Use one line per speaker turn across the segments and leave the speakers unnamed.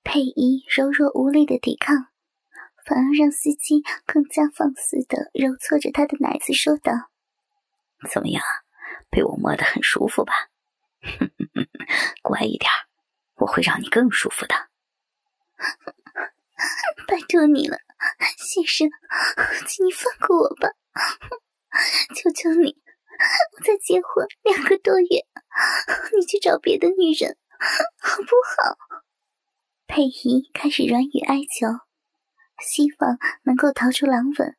佩仪柔弱无力的抵抗，反而让司机更加放肆地揉搓着他的奶子，说道：
怎么样，被我摸得很舒服吧？乖一点，我会让你更舒服的。
拜托你了，先生，请你放过我吧，求求你，我才结婚2个多月，你去找别的女人好不好？佩仪开始软语哀求，希望能够逃出狼吻。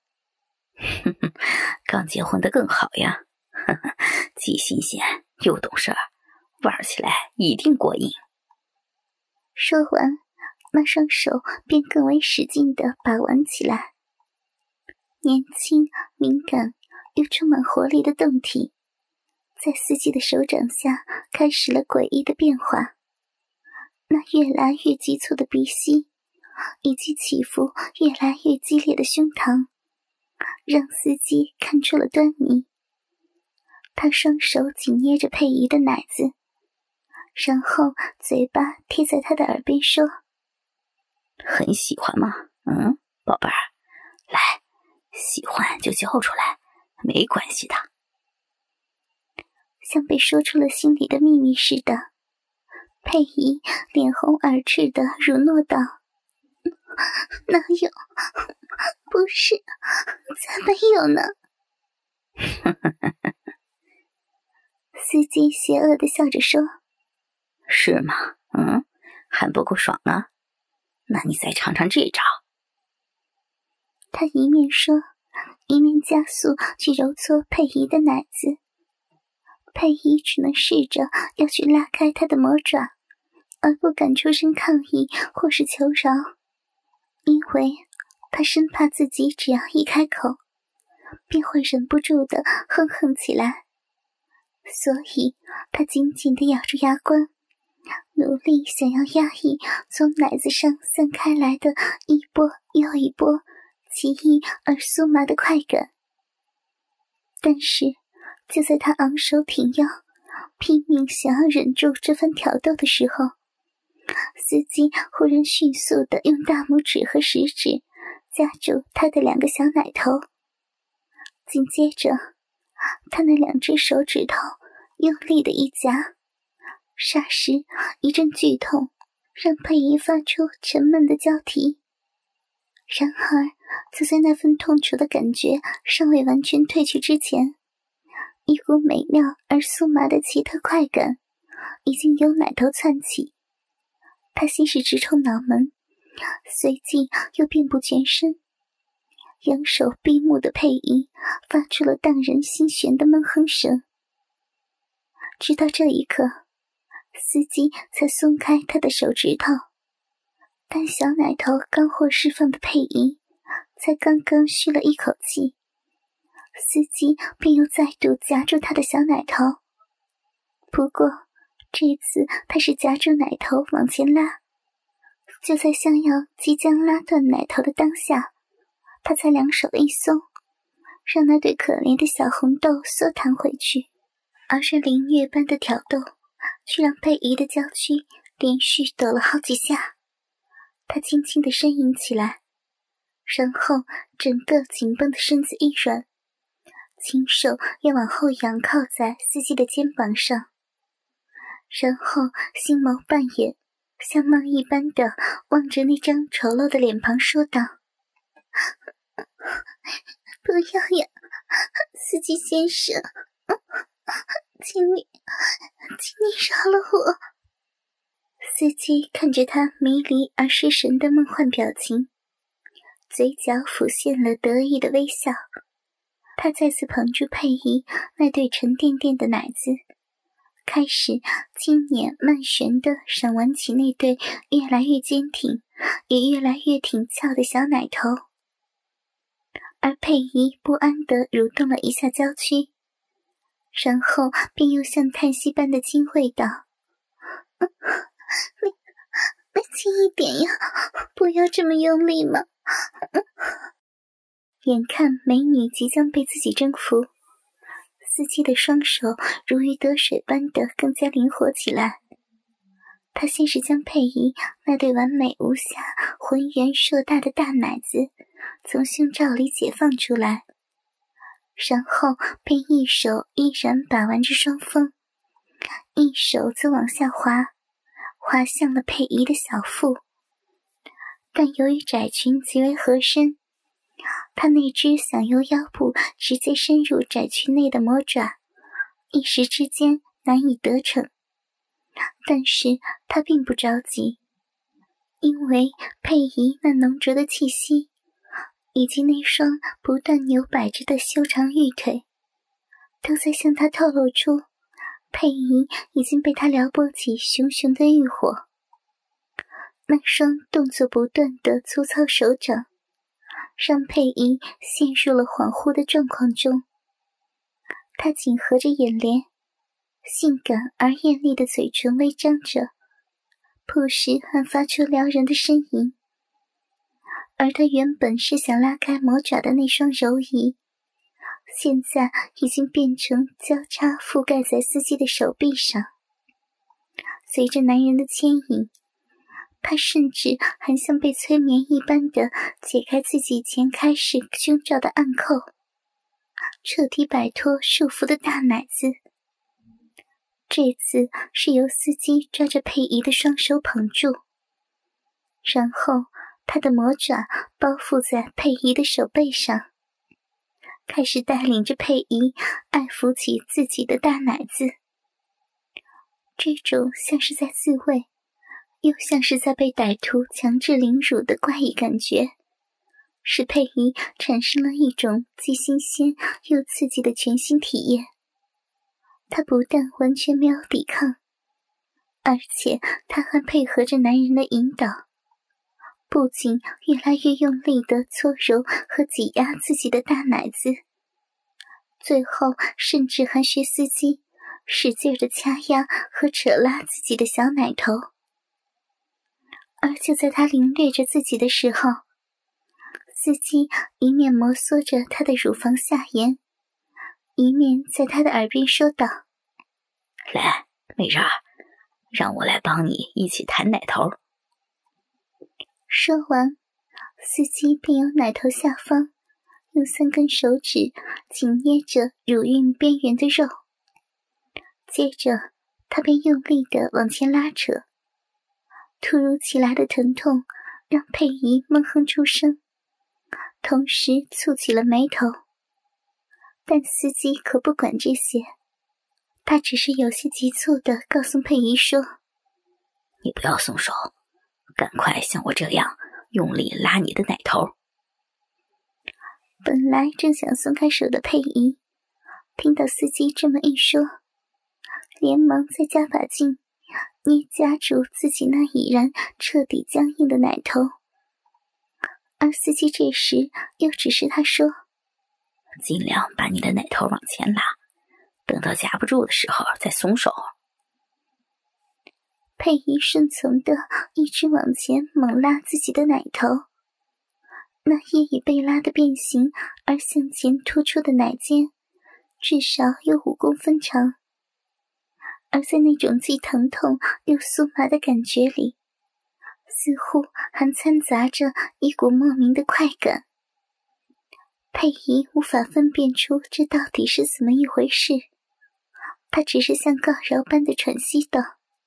刚结婚的更好呀，既新鲜又懂事儿，玩起来一定过瘾。
说完，那双手便更为使劲地把玩起来。年轻、敏感又充满活力的胴体，在司机的手掌下开始了诡异的变化。那越来越急促的鼻息，以及起伏越来越激烈的胸膛，让司机看出了端倪。他双手紧捏着佩仪的奶子，然后嘴巴贴在她的耳边说：
很喜欢吗？宝贝儿，来，喜欢就叫出来，没关系的。
像被说出了心里的秘密似的，佩仪脸红耳赤地辱诺道：哪有，不是，才没有呢。司机邪恶地笑着说：
是吗？还不够爽啊？那你再尝尝这招。
他一面说，一面加速去揉搓佩仪的奶子。佩仪只能试着要去拉开他的魔爪，而不敢出声抗议或是求饶，因为他生怕自己只要一开口，便会忍不住地哼哼起来。所以他紧紧地咬住牙关，努力想要压抑从奶子上散开来的一波又一波奇异而酥麻的快感。但是就在他昂首挺腰，拼命想要忍住这番挑逗的时候，司机忽然迅速地用大拇指和食指夹住他的2个小奶头，紧接着他那2只手指头用力的一夹，霎时一阵剧痛让佩仪发出沉闷的娇啼。然而就在那份痛楚的感觉尚未完全褪去之前，一股美妙而酥麻的奇特快感已经由奶头窜起。他先是直冲脑门，随即又遍布全身。仰首闭目的佩仪发出了荡人心弦的闷哼声。直到这一刻，司机才松开他的手指头，但小奶头刚获释放的佩仪才刚刚吁了一口气，司机便又再度夹住他的小奶头。不过这次他是夹住奶头往前拉，就在像要即将拉断奶头的当下，他才2手一松，让那对可怜的小红豆缩弹回去。而这凌虐般的挑逗却让佩仪的娇躯连续抖了好几下。他轻轻地呻吟起来，然后整个紧绷的身子一软，轻手也往后仰靠在司机的肩膀上，然后星眸半掩，像梦一般的望着那张丑陋的脸庞说道：不要呀，司机先生，请你饶了我。司机看着他迷离而失神的梦幻表情，嘴角浮现了得意的微笑。他再次捧住佩仪那对沉甸甸的奶子，开始轻捻慢旋地吮玩起那对越来越坚挺也越来越挺翘的小奶头。而佩仪不安地蠕动了一下娇躯，然后便又像叹息般的轻慰道：你轻一点呀，不要这么用力嘛。眼看美女即将被自己征服，司机的双手如鱼得水般的更加灵活起来。 他先是将佩仪那对完美无瑕、浑圆硕大的大奶子从胸罩里解放出来，然后便一手依然把玩着双峰，一手则往下滑向了佩仪的小腹。但由于窄裙极为合身，他那只想由腰部直接深入窄裙内的魔爪一时之间难以得逞。但是他并不着急，因为佩仪那浓浊的气息以及那双不断扭摆着的修长玉腿都在向他透露出佩仪已经被他撩拨起熊熊的欲火。那双动作不断的粗糙手掌让佩仪陷入了恍惚的状况中，她紧合着眼帘，性感而艳丽的嘴唇微张着，不时还发出撩人的呻吟。而她原本是想拉开魔爪的那双柔仪，现在已经变成交叉覆盖在司机的手臂上。随着男人的牵引，她甚至还像被催眠一般地解开自己前开式胸罩的暗扣，彻底摆脱束缚的大奶子。这次是由司机抓着佩仪的双手捧住，然后他的魔爪包覆在佩仪的手背上，开始带领着佩仪爱抚起自己的大奶子。这种像是在自慰，又像是在被歹徒强制凌辱的怪异感觉，使佩仪产生了一种既新鲜又刺激的全新体验。她不但完全没有抵抗，而且她还配合着男人的引导，不仅越来越用力地搓揉和挤压自己的大奶子，最后甚至还学司机使劲地掐压和扯拉自己的小奶头。而就在他凌虐着自己的时候，司机一面摩挲着他的乳房下沿，一面在他的耳边说道：
来，美人儿，让我来帮你一起弹奶头。
说完，司机便由奶头下方用3根手指紧捏着乳晕边缘的肉，接着他便用力地往前拉扯。突如其来的疼痛让佩仪闷哼出声，同时蹙起了眉头。但司机可不管这些，他只是有些急促地告诉佩仪说：
你不要松手，赶快像我这样用力拉你的奶头。
本来正想松开手的佩仪，听到司机这么一说，连忙再加把劲捏夹住自己那已然彻底僵硬的奶头。而司机这时又指示他说：
尽量把你的奶头往前拉，等到夹不住的时候再松手。
佩仪顺从地一直往前猛拉自己的奶头，那也已被拉得变形而向前突出的奶尖至少有5公分长。而在那种既疼痛又酥麻的感觉里，似乎还掺杂着一股莫名的快感。佩仪无法分辨出这到底是怎么一回事，她只是像告饶般的喘息道：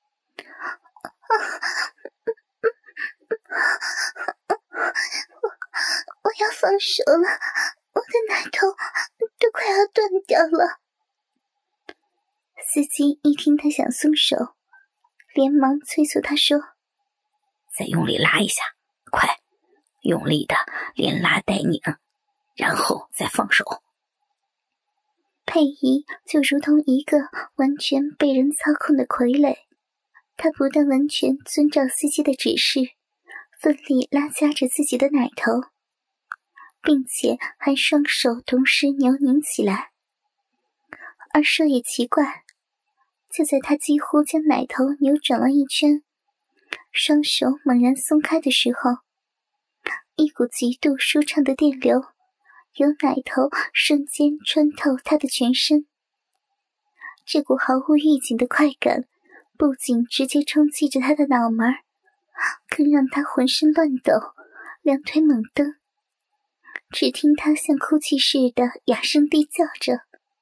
我要放手了，我的奶头都快要断掉了。司机一听他想松手，连忙催促他说：
再用力拉一下，快，用力的连拉带拧，然后再放手。
佩仪就如同一个完全被人操控的傀儡，她不但完全遵照司机的指示，奋力拉夹着自己的奶头，并且还双手同时扭拧起来。而说也奇怪，就在他几乎将奶头扭转了一圈，双手猛然松开的时候，一股极度舒畅的电流由奶头瞬间穿透他的全身。这股毫无预警的快感不仅直接冲击着他的脑门，更让他浑身乱抖，两腿猛蹬。只听他像哭泣似的哑声低叫着：“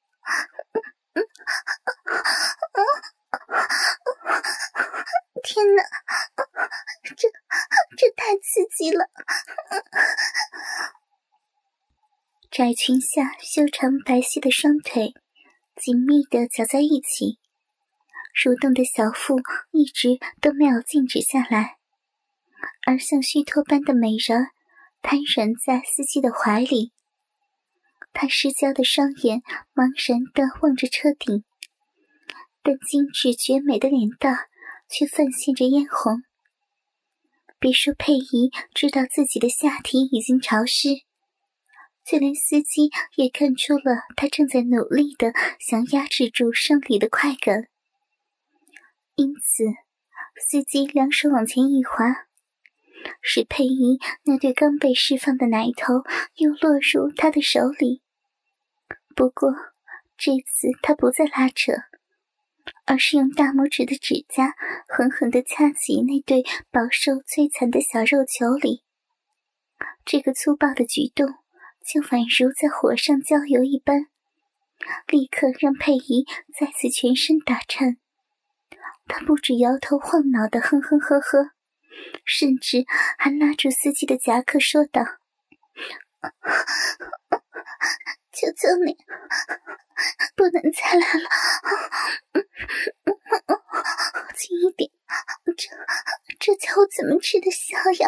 天哪，这太刺激了！”窄裙下修长白皙的双腿紧密地绞在一起，蠕动的小腹一直都没有静止下来，而像虚脱般的美人瘫软在司机的怀里。他失焦的双眼茫然地望着车顶，但精致绝美的脸蛋却泛现着嫣红。别说佩仪知道自己的下体已经潮湿，就连司机也看出了他正在努力地想压制住生理的快感。因此司机两手往前一滑，使佩仪那对刚被释放的奶头又落入他的手里。不过这次他不再拉扯，而是用大拇指的指甲狠狠地掐起那对饱受摧残的小肉球里。这个粗暴的举动就宛如在火上浇油一般，立刻让佩仪再次全身打颤。他不止摇头晃脑的哼哼呵呵，甚至还拉住司机的夹克说道：“求求你，不能再来了，轻一点，这叫我怎么吃得消呀？”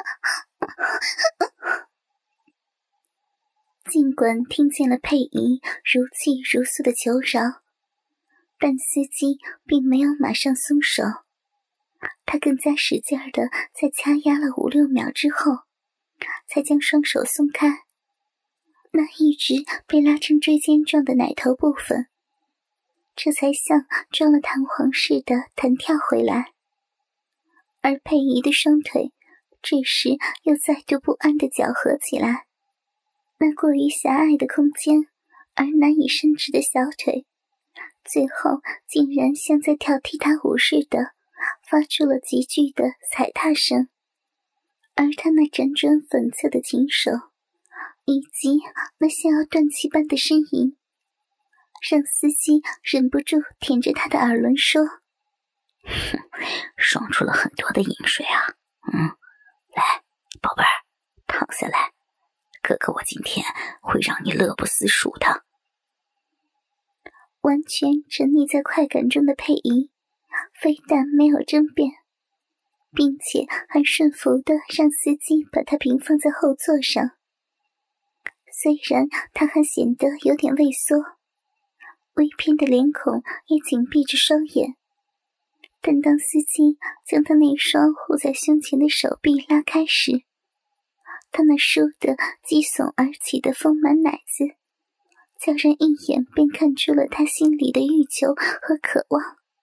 尽管听见了佩仪如泣如诉的求饶，但司机并没有马上松手，他更加使劲地在掐压了5-6秒之后，才将双手松开。那一直被拉成锥尖状的奶头部分，这才像装了弹簧似的弹跳回来。而佩仪的双腿这时又再度不安地搅合起来，那过于狭隘的空间而难以伸直的小腿，最后竟然像在跳踢踏舞似的发出了急剧的踩踏声。而他那辗转反侧的琴手以及那像要断气般的呻吟，让司机忍不住舔着他的耳轮说：“
爽出了很多的饮水啊。来，宝贝儿，躺下来，哥哥我今天会让你乐不思蜀的。”
完全沉溺在快感中的佩仪非但没有争辩，并且还顺服地让司机把他平放在后座上。虽然他还显得有点畏缩，微偏的脸孔也紧闭着双眼，但当司机将他那双护在胸前的手臂拉开时，他那倏地激耸而起的丰满奶子叫人一眼便看出了他心里的欲求和渴望。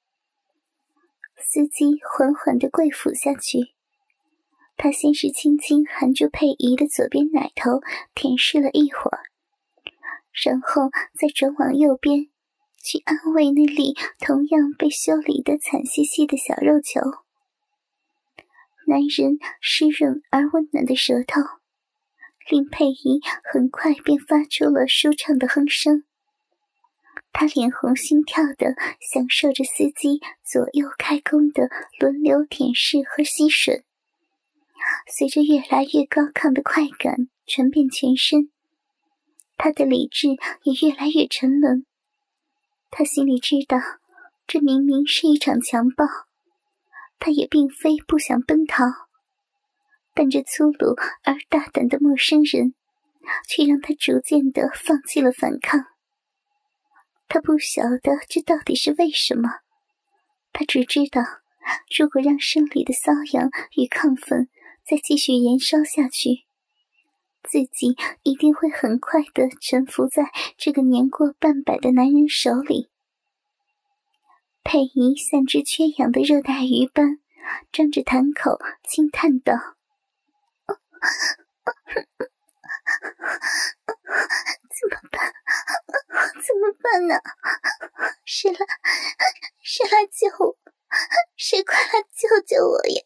司机缓缓地跪俯下去，他先是轻轻含住佩仪的左边奶头舔舐了一会儿，然后再转往右边去安慰那粒同样被修理得惨兮兮的小肉球。男人湿润而温暖的舌头令佩仪很快便发出了舒畅的哼声。他脸红心跳地享受着司机左右开弓的轮流舔舐和吸吮，随着越来越高亢的快感传遍全身，他的理智也越来越沉沦。他心里知道，这明明是一场强暴，他也并非不想奔逃，但这粗鲁而大胆的陌生人却让他逐渐地放弃了反抗。他不晓得这到底是为什么，他只知道，如果让生理的瘙痒与亢奋再继续延烧下去，自己一定会很快地臣服在这个年过半百的男人手里。佩仪像只缺氧的热带鱼般张着痰口轻叹道：“怎么办？怎么办呢？谁来救我？ 谁快来救救我呀！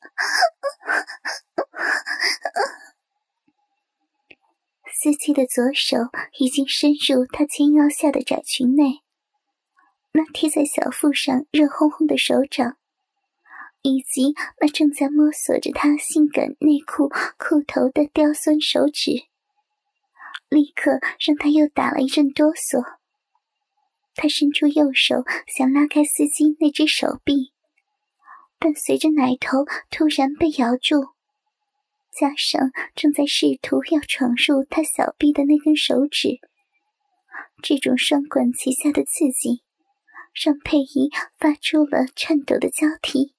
司机的左手已经伸入他前腰下的窄裙内，那贴在小腹上热烘烘的手掌，以及那正在摸索着他性感内裤裤头的刁钻手指，立刻让他又打了一阵哆嗦。他伸出右手想拉开司机那只手臂，但随着奶头突然被咬住，加上正在试图要闯入他小臂的那根手指，这种双管齐下的刺激让佩仪发出了颤抖的交替。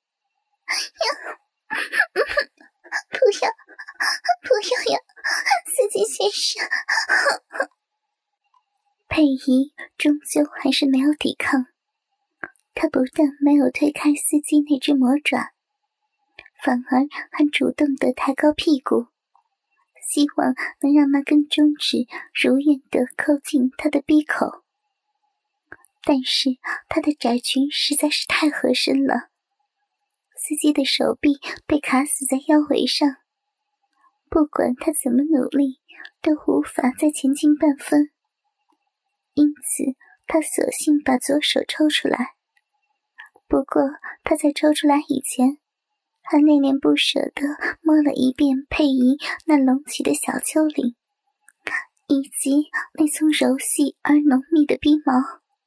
不要，不要呀，司机先生！佩仪终究还是没有抵抗，她不但没有推开司机那只魔爪，反而还主动地抬高屁股，希望能让那根中指如愿地扣进他的鼻口。但是他的窄裙实在是太合身了，司机的手臂被卡死在腰围上，不管他怎么努力都无法再前进半分。因此他索性把左手抽出来，不过他在抽出来以前还恋恋不舍地摸了一遍佩仪那隆起的小丘陵，以及那丛柔细而浓密的逼毛。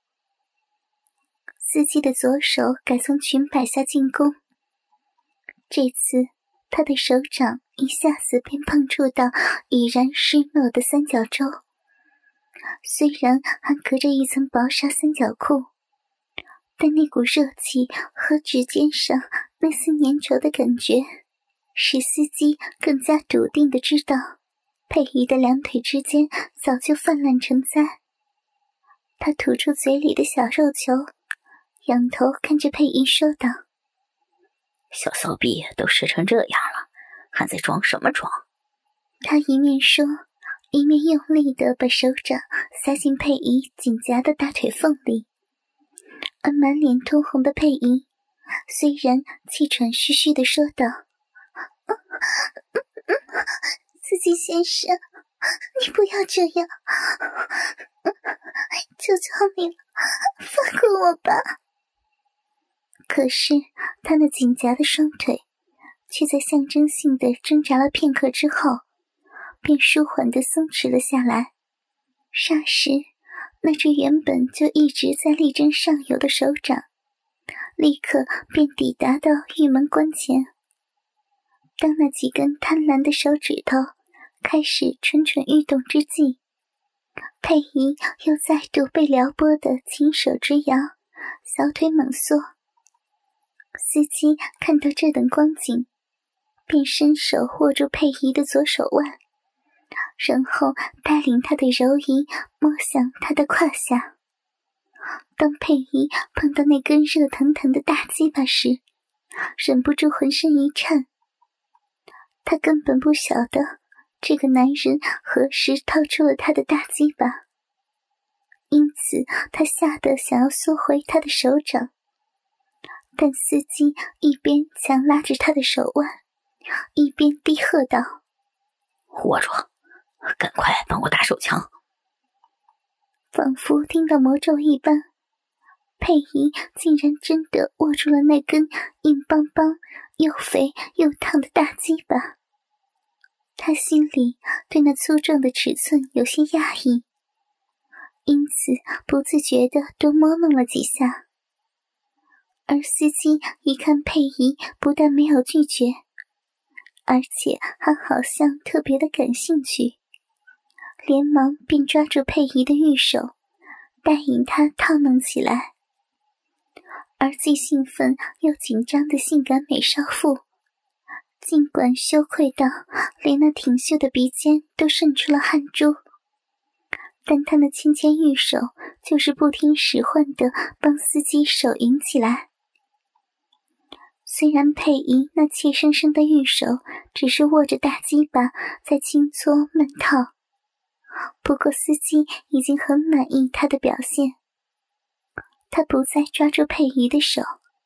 司机的左手改从裙摆下进攻，这次他的手掌一下子便碰触到已然湿糯的三角洲，虽然还隔着一层薄纱三角裤，但那股热气和指尖上那丝粘稠的感觉，使司机更加笃定地知道佩仪的两腿之间早就泛滥成灾。他吐出嘴里的小肉球，仰头看着佩仪说道：
小骚逼都湿成这样了，还在装什么装？
他一面说，一面用力地把手掌塞进佩仪紧夹的大腿缝里。而满脸通红的佩仪虽然气喘吁吁地说道：司机先生，你不要这样，求求你了，放过我吧。可是他那紧夹的双腿却在象征性地挣扎了片刻之后，便舒缓地松弛了下来。霎时，那只原本就一直在力争上游的手掌立刻便抵达到玉门关前。当那几根贪婪的手指头开始蠢蠢欲动之际，佩仪又再度被撩拨的轻手直摇，小腿猛缩。司机看到这等光景，便伸手握住佩仪的左手腕，然后带领她的柔仪摸向她的胯下。当佩仪碰到那根热腾腾的大鸡巴时，忍不住浑身一颤。她根本不晓得这个男人何时掏出了他的大鸡巴，因此她吓得想要缩回他的手掌，但司机一边强拉着他的手腕，一边低喝道：
握住，赶快帮我打手枪。
仿佛听到魔咒一般，佩仪竟然真的握住了那根硬邦邦又肥又烫的大鸡巴。他心里对那粗壮的尺寸有些压抑，因此不自觉地多摸弄了几下。而司机一看佩仪不但没有拒绝，而且还好像特别的感兴趣，连忙便抓住佩仪的玉手，带引她套弄起来。而既兴奋又紧张的性感美少妇，尽管羞愧到连那挺秀的鼻尖都渗出了汗珠，但她那纤纤玉手就是不听使唤地帮司机手淫起来。虽然佩仪那怯生生的玉手只是握着大鸡巴在轻搓慢套，不过司机已经很满意他的表现。他不再抓住佩仪的手，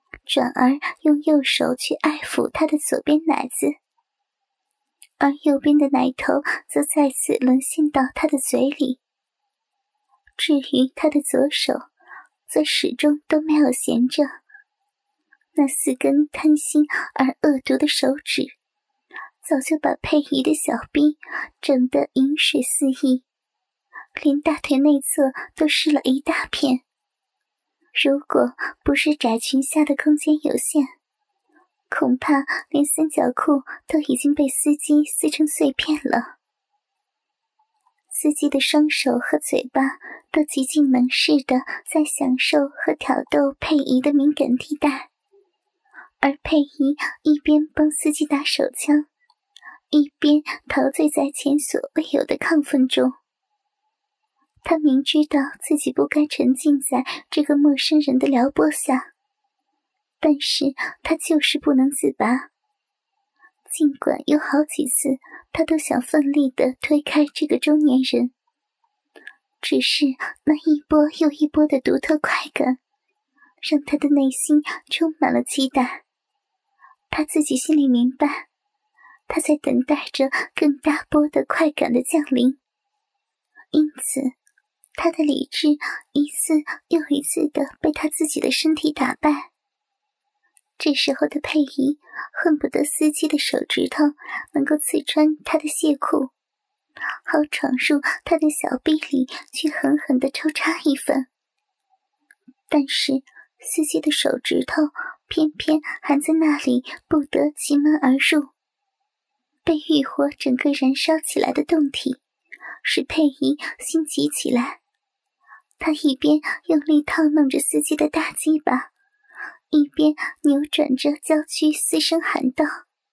转而用右手去爱抚他的左边奶子，而右边的奶头则再次沦陷到他的嘴里。至于他的左手，则始终都没有闲着，那4根贪心而恶毒的手指早就把佩仪的小臂整得饮水四溢，连大腿内侧都湿了一大片。如果不是窄裙下的空间有限，恐怕连三角裤都已经被司机撕成碎片了。司机的双手和嘴巴都极尽能事地在享受和挑逗佩仪的敏感地带，而佩仪一边帮司机打手枪，一边陶醉在前所未有的亢奋中。他明知道自己不该沉浸在这个陌生人的撩拨下，但是他就是不能自拔。尽管有好几次他都想奋力地推开这个中年人，只是那一波又一波的独特快感让他的内心充满了期待。他自己心里明白，他在等待着更大波的快感的降临，因此他的理智一次又一次地被他自己的身体打败。这时候的佩仪恨不得司机的手指头能够刺穿他的亵裤，好闯入他的小臂里去狠狠地抽插一番。但是司机的手指头偏偏还在那里不得其门而入，被欲火整个燃烧起来的胴体使佩仪心急起来。他一边用力套弄着司机的大鸡巴，一边扭转着娇躯嘶声喊道：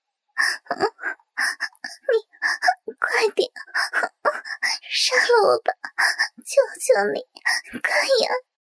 你快点，杀了我吧，求求你，快呀，